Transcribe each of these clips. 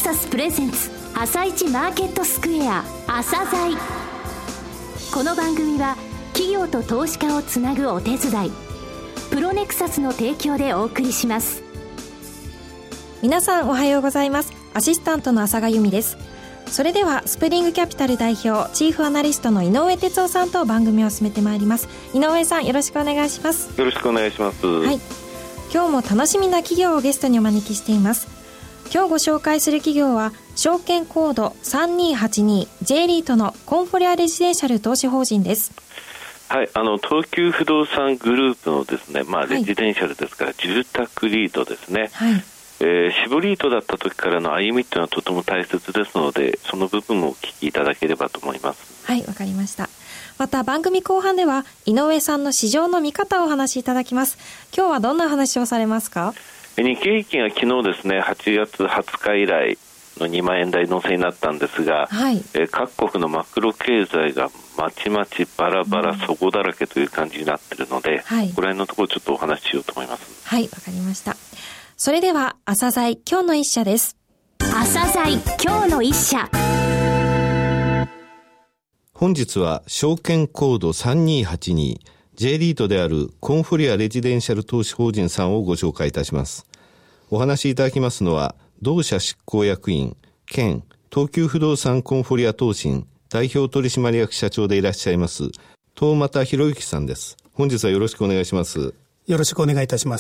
サスプレゼンツ朝市マーケットスクエア朝鮮。この番組は企業と投資家をつなぐお手伝いプロネクサスの提供でお送りします。 皆さんおはようございます。アシスタントの浅賀由美です。それではスプリングキャピタル代表チーフアナリストの井上哲夫さんと番組を進めてまいります。井上さん、よろしくお願いします。 よろしくお願いします。 はい、今日も楽しみな企業をゲストにお招きしています。今日ご紹介する企業は証券コード 3282 J リートのコンフォリアレジデンシャル投資法人です。 はい、東急不動産グループのですね、レジデンシャルですから、住宅リートですね、絞りリートだった時からの歩みというのはとても大切ですので、その部分もお聞きいただければと思います。 はい、わかりました。また番組後半では井上さんの市場の見方をお話しいただきます。今日はどんな話をされますか？ 日経平均が昨日ですね、8月20日以来の2万円台乗せになったんですが、各国のマクロ経済がまちまちバラバラ底だらけという感じになっているので、ここら辺のところちょっとお話ししようと思います。 はい、わかりました。それでは朝鮮今日の一社です。 朝鮮今日の一社。 本日は証券コード 3282 J リートであるコンフォリアレジデンシャル投資法人さんをご紹介いたします。お話しいただきますのは同社執行役員兼東急不動産コンフォリア投信代表取締役社長でいらっしゃいます東俣博之さんです。本日はよろしくお願いします。 よろしくお願いいたします。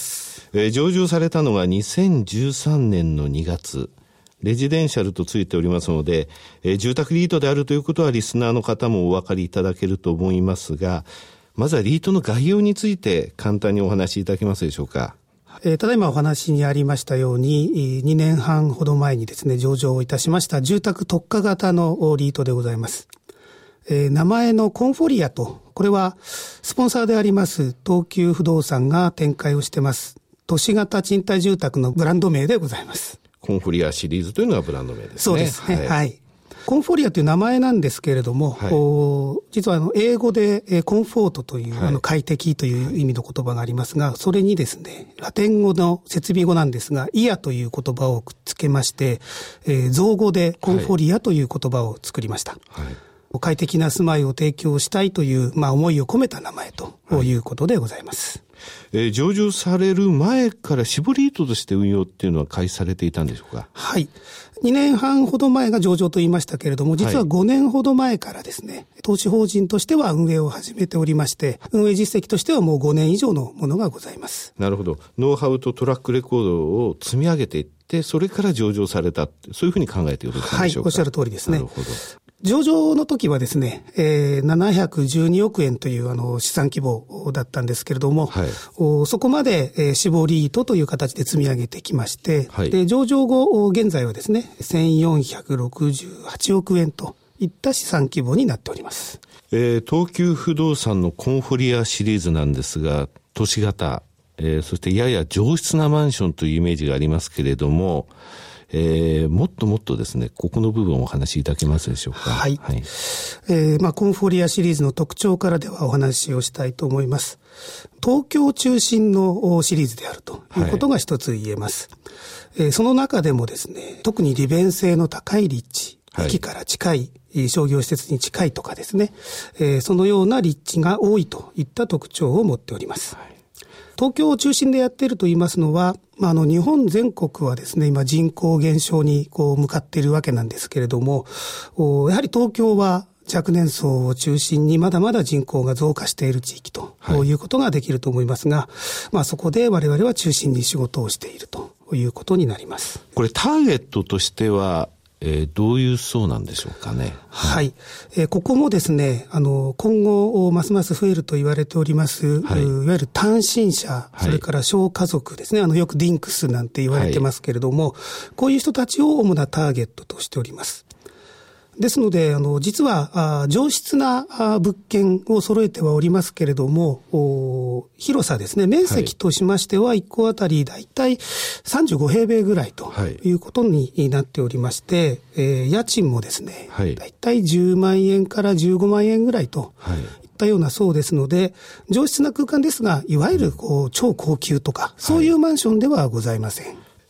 上場されたのが2013年の2月。レジデンシャルとついておりますので、住宅リートであるということはリスナーの方もお分かりいただけると思いますが、まずはリートの概要について簡単にお話しいただけますでしょうか。 ただいまお話にありましたように、2年半ほど前にですね、上場をいたしました住宅特化型のリートでございます。名前のコンフォリアと、これはスポンサーであります東急不動産が展開をしてます。都市型賃貸住宅のブランド名でございます。 コンフォリアシリーズというのがブランド名ですね。 そうですね。はい。コンフォリアという名前なんですけれども、実は英語でコンフォートという快適という意味の言葉がありますが、それにですね、ラテン語の設備語なんですが、イヤという言葉をくっつけまして、造語でコンフォリアという言葉を作りました。快適な住まいを提供したいという、思いを込めた名前ということでございます。 上場される前から絞りリートとして運用っていうのは開始されていたんでしょうか。 はい。2年半ほど前が上場と言いましたけれども、実は5年ほど前からですね、投資法人としては運営を始めておりまして、運営実績としてはもう5年以上のものがございます。 なるほど。ノウハウとトラックレコードを積み上げていって、それから上場された、そういうふうに考えているんでしょうか。 はい、おっしゃる通りですね。 なるほど。 上場の時はですね、712億円という資産規模だったんですけれども、そこまで絞りリートという形で積み上げてきまして、で上場後、現在はですね、1468億円といった資産規模になっております。 東急不動産のコンフォリアシリーズなんですが、都市型、そしてやや上質なマンションというイメージがありますけれども、もっともっとですね、ここの部分をお話しいただけますでしょうか。 はい。コンフォリアシリーズの特徴からではお話をしたいと思います。東京中心のシリーズであるということが一つ言えます。その中でもですね、特に利便性の高い立地、駅から近い、商業施設に近いとかですね、そのような立地が多いといった特徴を持っております。東京を中心でやっていると言いますのは、日本全国はですね、今人口減少に向かっているわけなんですけれども、やはり東京は若年層を中心にまだまだ人口が増加している地域ということができると思いますが、そこで我々は中心に仕事をしているということになります。 これターゲットとしてはどういう層なんでしょうかね。 はい。ここもですね、今後、ますます増えると言われております、いわゆる単身者、それから小家族ですね、よくディンクスなんて言われてますけれども、こういう人たちを主なターゲットとしております。ですので、実は、上質な物件を揃えてはおりますけれども、広さですね、面積としましては、1戸あたりだいたい35平米ぐらいということになっておりまして、家賃もですね、だいたい10万円から15万円ぐらいといったような層ですので、上質な空間ですが、いわゆる超高級とか、そういうマンションではございません。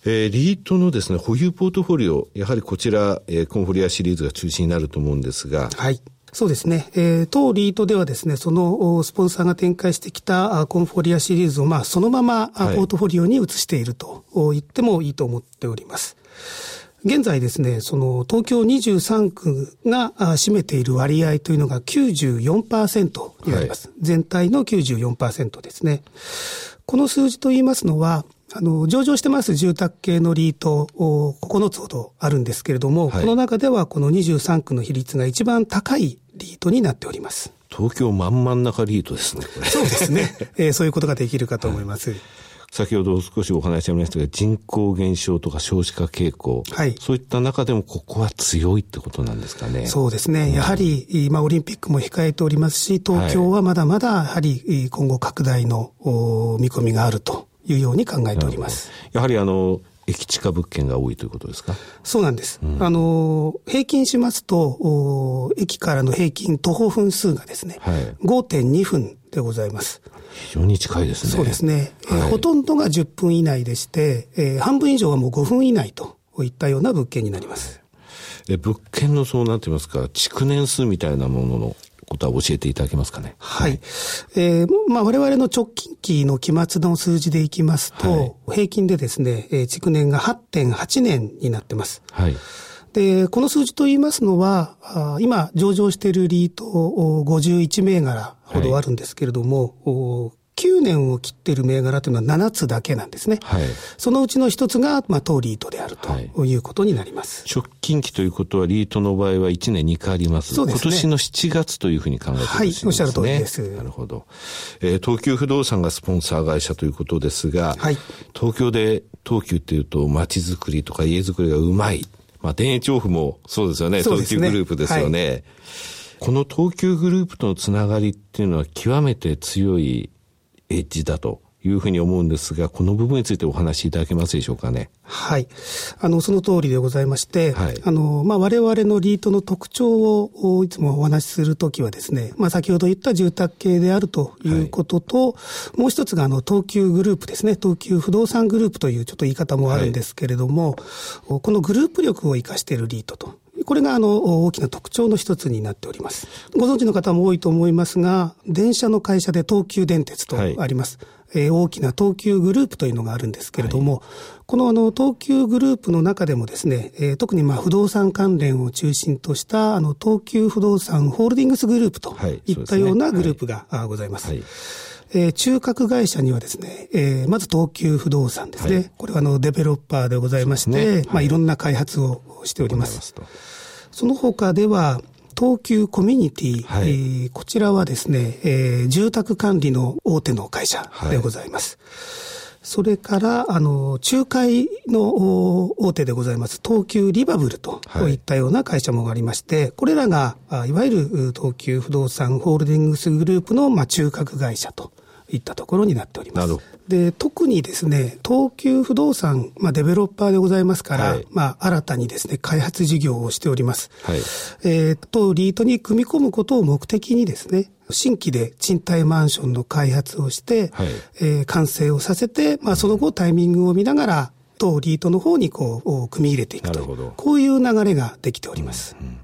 リートのですね、保有ポートフォリオ、やはりこちら、コンフォリアシリーズが中心になると思うんですが。 はい。そうですね。当リートではですね、そのスポンサーが展開してきたコンフォリアシリーズをそのままポートフォリオに移していると言ってもいいと思っております。現在ですね、その東京23区が占めている割合というのが 94% になります。全体の 94% ですね。この数字といいますのは、上場してます住宅系のリート9つほどあるんですけれども、この中ではこの23区の比率が一番高いリートになっております。 東京真ん中リートですね、これ。 そうですね。そういうことができるかと思います。 先ほど少しお話しありましたが、人口減少とか少子化傾向、そういった中でもここは強いってことなんですかね。 そうですね。やはり今オリンピックも控えておりますし、東京はまだまだやはり今後拡大の見込みがあるというように考えております。 やはり駅近物件が多いということですか？ そうなんです。平均しますと、駅からの平均徒歩分数がですね、5.2 分でございます。 非常に近いですね。 そうですね。ほとんどが10分以内でして、半分以上はもう5分以内といったような物件になります。 物件のそうなってますか、築年数みたいなもののことは教えていただけますかね。 はい。我々の直近期の期末の数字でいきますと、平均でですね、築年が 8.8 年になってます。はい。で、この数字と言いますのは、今上場しているリート51銘柄ほどあるんですけれども、9年を切っている銘柄というのは7つだけなんですね。はい、そのうちの一つが、当リートであるということになります。 直近期ということは、リートの場合は1年2回あります。そうですね。今年の7月というふうに考えていますね。はい、 おっしゃる通りです。 なるほど。東急不動産がスポンサー会社ということですが、はい、東京で東急っていうと、街づくりとか家づくりがうまい。田園調布もそうですよね。東急グループですよね。はい、この東急グループとのつながりっていうのは極めて強いエッジだというふうに思うんですが、この部分についてお話しいただけますでしょうかね。 はい。その通りでございまして、はい、我々のリートの特徴をいつもお話しするときはですね、先ほど言った住宅系であるということと、はい、もう一つが東急グループですね、東急不動産グループというちょっと言い方もあるんですけれども、はい、このグループ力を生かしているリートと。これが大きな特徴の一つになっております。ご存知の方も多いと思いますが、電車の会社で東急電鉄とあります。はい、大きな東急グループというのがあるんですけれども、はい、この東急グループの中でもですね、特に不動産関連を中心とした東急不動産ホールディングスグループといったようなグループがございます。はい、中核会社にはですね、まず東急不動産ですね。はい、これはデベロッパーでございまして、ね、いろんな開発をしております。その他では、東急コミュニティ、はい、こちらはですね、住宅管理の大手の会社でございます。はい、それから、仲介の大手でございます、東急リバブルといったような会社もありまして、これらが、いわゆる東急不動産ホールディングスグループの、中核会社といったところになっております。で、特にですね、東急不動産、デベロッパーでございますから、はい、新たにですね、開発事業をしております。はい、リートに組み込むことを目的にですね、新規で賃貸マンションの開発をして、はい、完成をさせて、その後タイミングを見ながら、当リートの方に組み入れていくと。こういう流れができております。うんうん、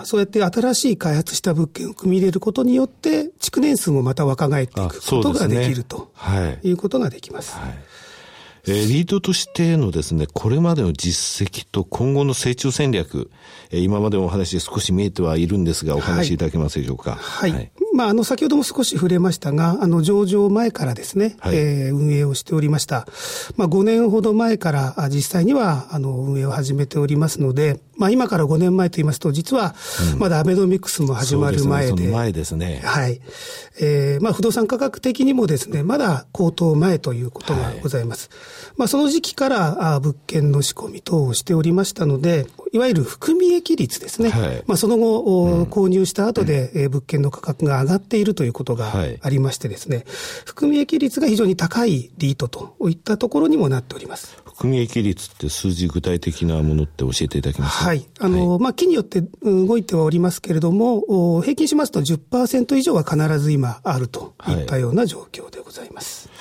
そうやって新しい開発した物件を組み入れることによって、築年数もまた若返っていくことができるということができます。はい、 リートとしてのですね、これまでの実績と今後の成長戦略、今までのお話で少し見えてはいるんですが、お話しいただけますでしょうか。 はい。はい、先ほども少し触れましたが、上場前からですね、はい、運営をしておりました。5年ほど前から実際には、運営を始めておりますので、今から5年前と言いますと、実は、まだアベノミクスも始まる前で。 その前ですね。 はい。不動産価格的にもですね、まだ高騰前ということがございます。はい、その時期から物件の仕込み等をしておりましたので、いわゆる含み益率ですね。はい、その後、購入した後で、物件の価格が上がっているということがありましてですね、含み益率が非常に高いリートといったところにもなっております。 含み益率って数字具体的なものって教えていただけますか。 はい。期によって動いてはおりますけれども、平均しますと 10% 以上は必ず今あるといったような状況でございます。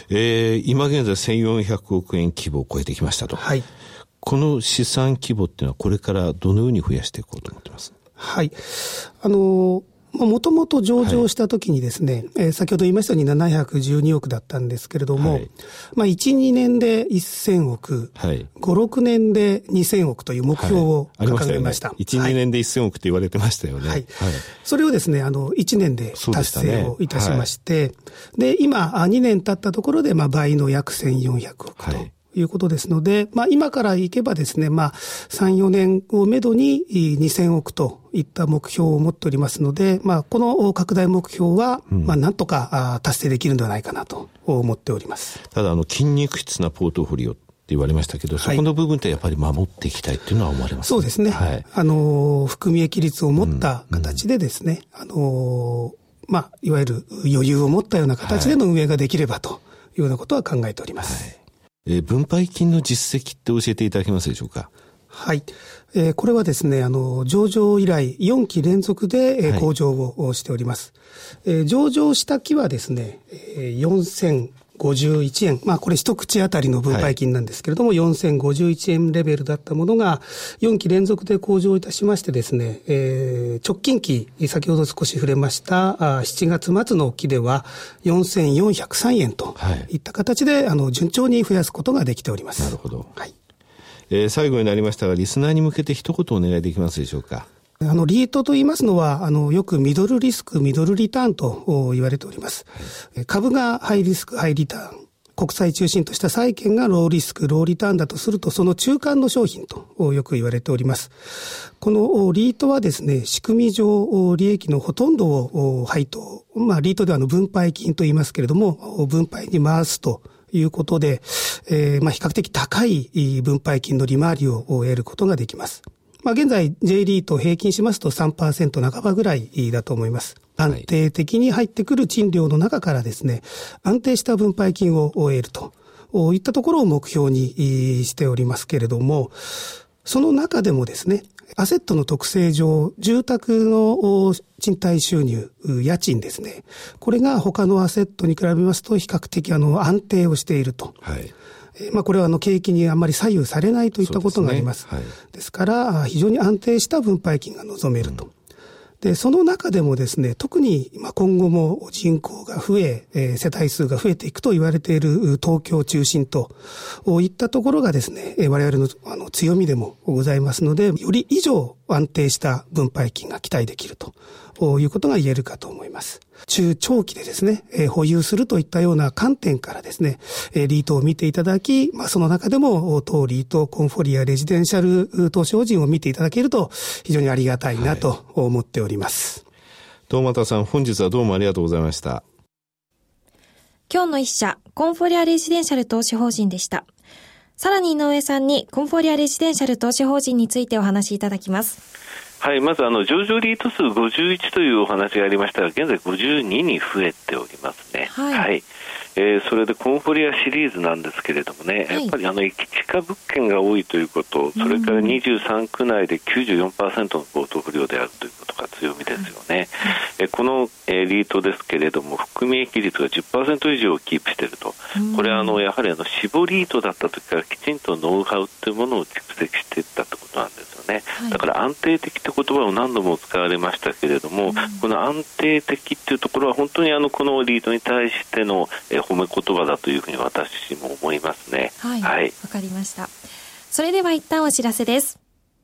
今現在1400億円規模を超えてきましたと。はい。この資産規模っていうのはこれからどのように増やしていこうと思ってます？ はい。もともと上場したときにですね、先ほど言いましたように712億だったんですけれども、1、2年で1000億、5、6年で2000億という目標を掲げました。 1、2年で1000億って言われてましたよね。 それをですね、1年で達成をいたしまして、で、今、2年経ったところで、倍の約1400億と。いうことですので、今からいけばですね、3、4年をめどに2000億といった目標を持っておりますので、この拡大目標は、なんとか達成できるのではないかなと思っております。 ただ、筋肉質なポートフォリオって言われましたけど、そこの部分ってやっぱり守っていきたいっていうのは思われますね。 そうですね。含み益率を持った形でですね、いわゆる余裕を持ったような形での運営ができればというようなことは考えております。 分配金の実績って教えていただけますでしょうか？ はい。これはですね、上場以来4期連続で向上をしております。上場した期はですね、4051円。これ一口あたりの分配金なんですけれども、4051円レベルだったものが、4期連続で向上いたしましてですね、直近期、先ほど少し触れました、7月末の期では、4403円といった形で、順調に増やすことができております。 なるほど。はい。最後になりましたが、リスナーに向けて一言お願いできますでしょうか？ リートと言いますのは、よくミドルリスク、ミドルリターンと言われております。株がハイリスク、ハイリターン。国債中心とした債券がローリスク、ローリターンだとすると、その中間の商品とよく言われております。このリートはですね、仕組み上、利益のほとんどを配当、リートでは分配金と言いますけれども、分配に回すということで、比較的高い分配金の利回りを得ることができます。現在 J リート平均しますと 3% 半ばぐらいだと思います。安定的に入ってくる賃料の中からですね、安定した分配金を得るといったところを目標にしておりますけれども、その中でもですね、アセットの特性上、住宅の賃貸収入、家賃ですね、これが他のアセットに比べますと比較的安定をしていると。これは景気にあんまり左右されないといったことがあります。ですから、非常に安定した分配金が望めると。で、その中でもですね、特に今後も人口が増え、世帯数が増えていくと言われている東京中心といったところがですね、我々の強みでもございますので、より以上安定した分配金が期待できるということが言えるかと思います。中長期でですね、保有するといったような観点からですね、リートを見ていただき、その中でも当リート、コンフォリア、レジデンシャル投資法人を見ていただけると非常にありがたいなと思っております。 東俣さん、本日はどうもありがとうございました。 今日の一社、コンフォリアレジデンシャル投資法人でした。さらに井上さんにコンフォリアレジデンシャル投資法人についてお話しいただきます。 はい、まず上場リート数51というお話がありましたが、現在52に増えておりますね。はい。それでコンフォリアシリーズなんですけれどもね、やっぱり駅近物件が多いということ、それから23区内で 94% のポートフォリオであるということが強みですよね。このリートですけれども、含み益率が 10% 以上をキープしていると。これはやはり絞りリートだった時からきちんとノウハウというものを蓄積していったということなんですよね。だから安定的という言葉を何度も使われましたけれども、この安定的というところは本当にこのリートに対しての褒め言葉だというふうに私も思いますね。 はい、わかりました。それでは一旦お知らせです。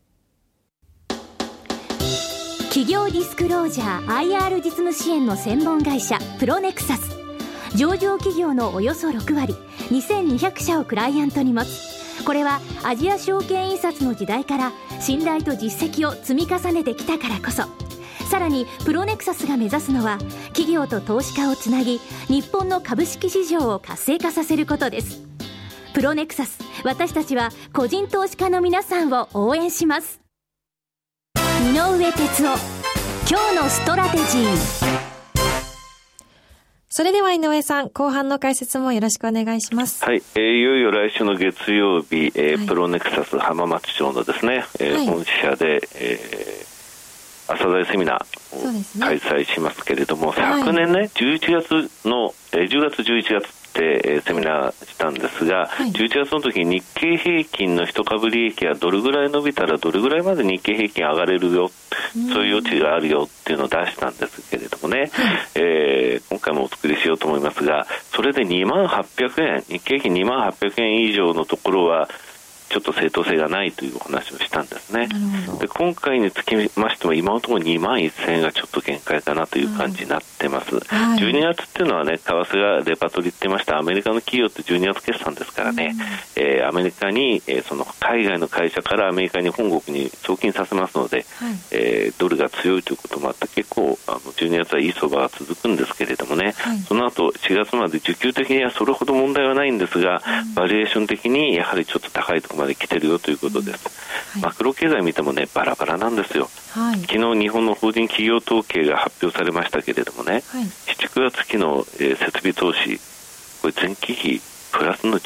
企業ディスクロージャー IR 実務支援の専門会社プロネクサス、上場企業のおよそ6割2200社をクライアントに持つ。これはアジア証券印刷の時代から信頼と実績を積み重ねてきたからこそ、さらにプロネクサスが目指すのは企業と投資家をつなぎ、日本の株式市場を活性化させることです。プロネクサス、私たちは個人投資家の皆さんを応援します。井上哲夫、今日のストラテジー。 それでは井上さん、後半の解説もよろしくお願いします。 はい、いよいよ来週の月曜日、プロネクサス浜松町のですね、本社で、朝鮮セミナーを開催しますけれども、昨年ね、10月11月て、セミナーしたんですが、11月の時に日経平均の一株利益がどれぐらい伸びたらどれぐらいまで日経平均上がれるよ、そういう余地があるよっていうのを出したんですけれどもね、今回もお作りしようと思いますが、それで2800円、日経平均2800円以上のところはちょっと正当性がないというお話をしたんですね。で今回につきましても今のところ2万1000円がちょっと限界かなという感じになってます、12月っていうのはね、為替がレパートリーって言いましたアメリカの企業って12月決算ですからね、アメリカに、その海外の会社からアメリカに本国に送金させますので、ドルが強いということもあって結構12月はいい相場が続くんですけれどもね、その後4月まで需給的にはそれほど問題はないんですが、バリエーション的にやはりちょっと高いところまで来てるよということです、マクロ経済見てもねバラバラなんですよ、昨日日本の法人企業統計が発表されましたけれどもね、7、9月期の、設備投資これ前期比プラスの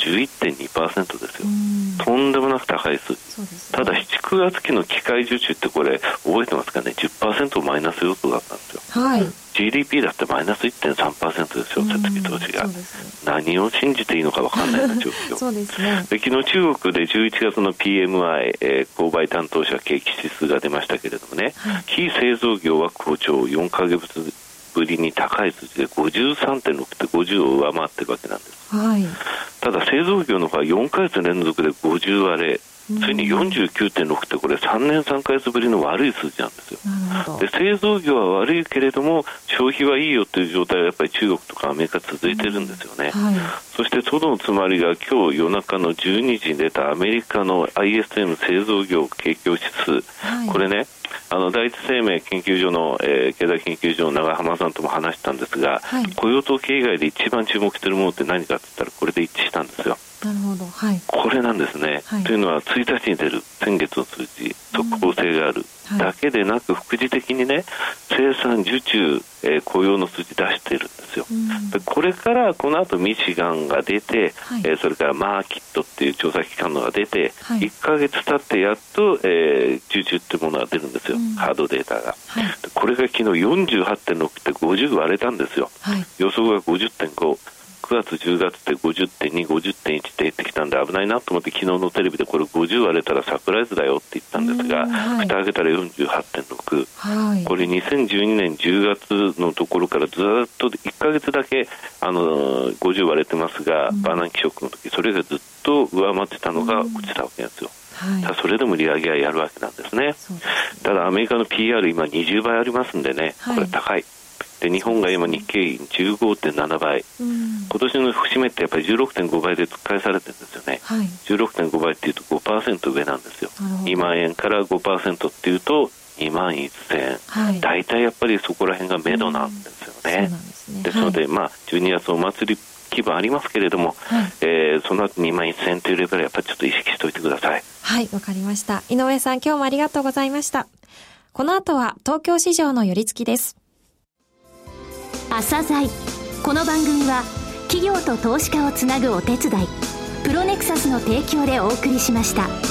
11.2% ですよ。とんでもなく高い数字、ただ7、9月期の機械受注ってこれ覚えてますかね、 10% マイナス予想だったんですよ、GDP だってマイナス 1.3% ですよ、設備投資が、何を信じていいのか分からないような状況そうですね。 で昨日中国で11月の PMI、購買担当者景気指数が出ましたけれどもね、非製造業は好調、4ヶ月ぶりに高い数字で 53.6 って50を上回ってるわけなんです、ただ製造業の方は4ヶ月連続で50割れ、それに 49.6 ってこれ3年3ヶ月ぶりの悪い数字なんですよ。で製造業は悪いけれども消費はいいよという状態がやっぱり中国とかアメリカ続いてるんですよね、そしてそのつまりが今日夜中の12時に出たアメリカの ISM 製造業景況指数、これね第一生命研究所の、経済研究所の長浜さんとも話したんですが、雇用統計以外で一番注目しているものって何かって言ったらこれで一致したんですよ。 なるほど、 これなんですね、というのは1日に出る先月の数字速報性がある、だけでなく副次的にね生産受注、雇用の数字出しているんですよ、でこれからこの後ミシガンが出て、それからマーキットっていう調査機関のが出て、1ヶ月経ってやっと、受注っていうものが出るんですよ、ハードデータが、これが昨日 48.6 って50割れたんですよ、予想が 50.5、9月10月って 50.2、50.1 って減ってきたんで危ないなと思って昨日のテレビでこれ50割れたらサプライズだよって言ったんですが、蓋開けたら 48.6、これ2012年10月のところからずっと1ヶ月だけ50割れてますが、バナンキショックの時それがずっと上回ってたのが落ちたわけなんですよ。それでも利上げはやるわけなんですね。ただアメリカの PR 今20倍ありますんでね、これ高いで日本が今日経平均 15.7 倍、今年の節目ってやっぱり 16.5 倍で突っ返されてるんですよね、16.5 倍っていうと 5% 上なんですよ。2万円から 5% っていうと2万1000円、大体やっぱりそこら辺が目処なんですよね、ですので、12月お祭り気分ありますけれども、その後2万1000円というレベルはやっぱりちょっと意識しておいてください。 わかりました。井上さん今日もありがとうございました。この後は東京市場の寄り付きです。 朝鮮。この番組は企業と投資家をつなぐお手伝いプロネクサスの提供でお送りしました。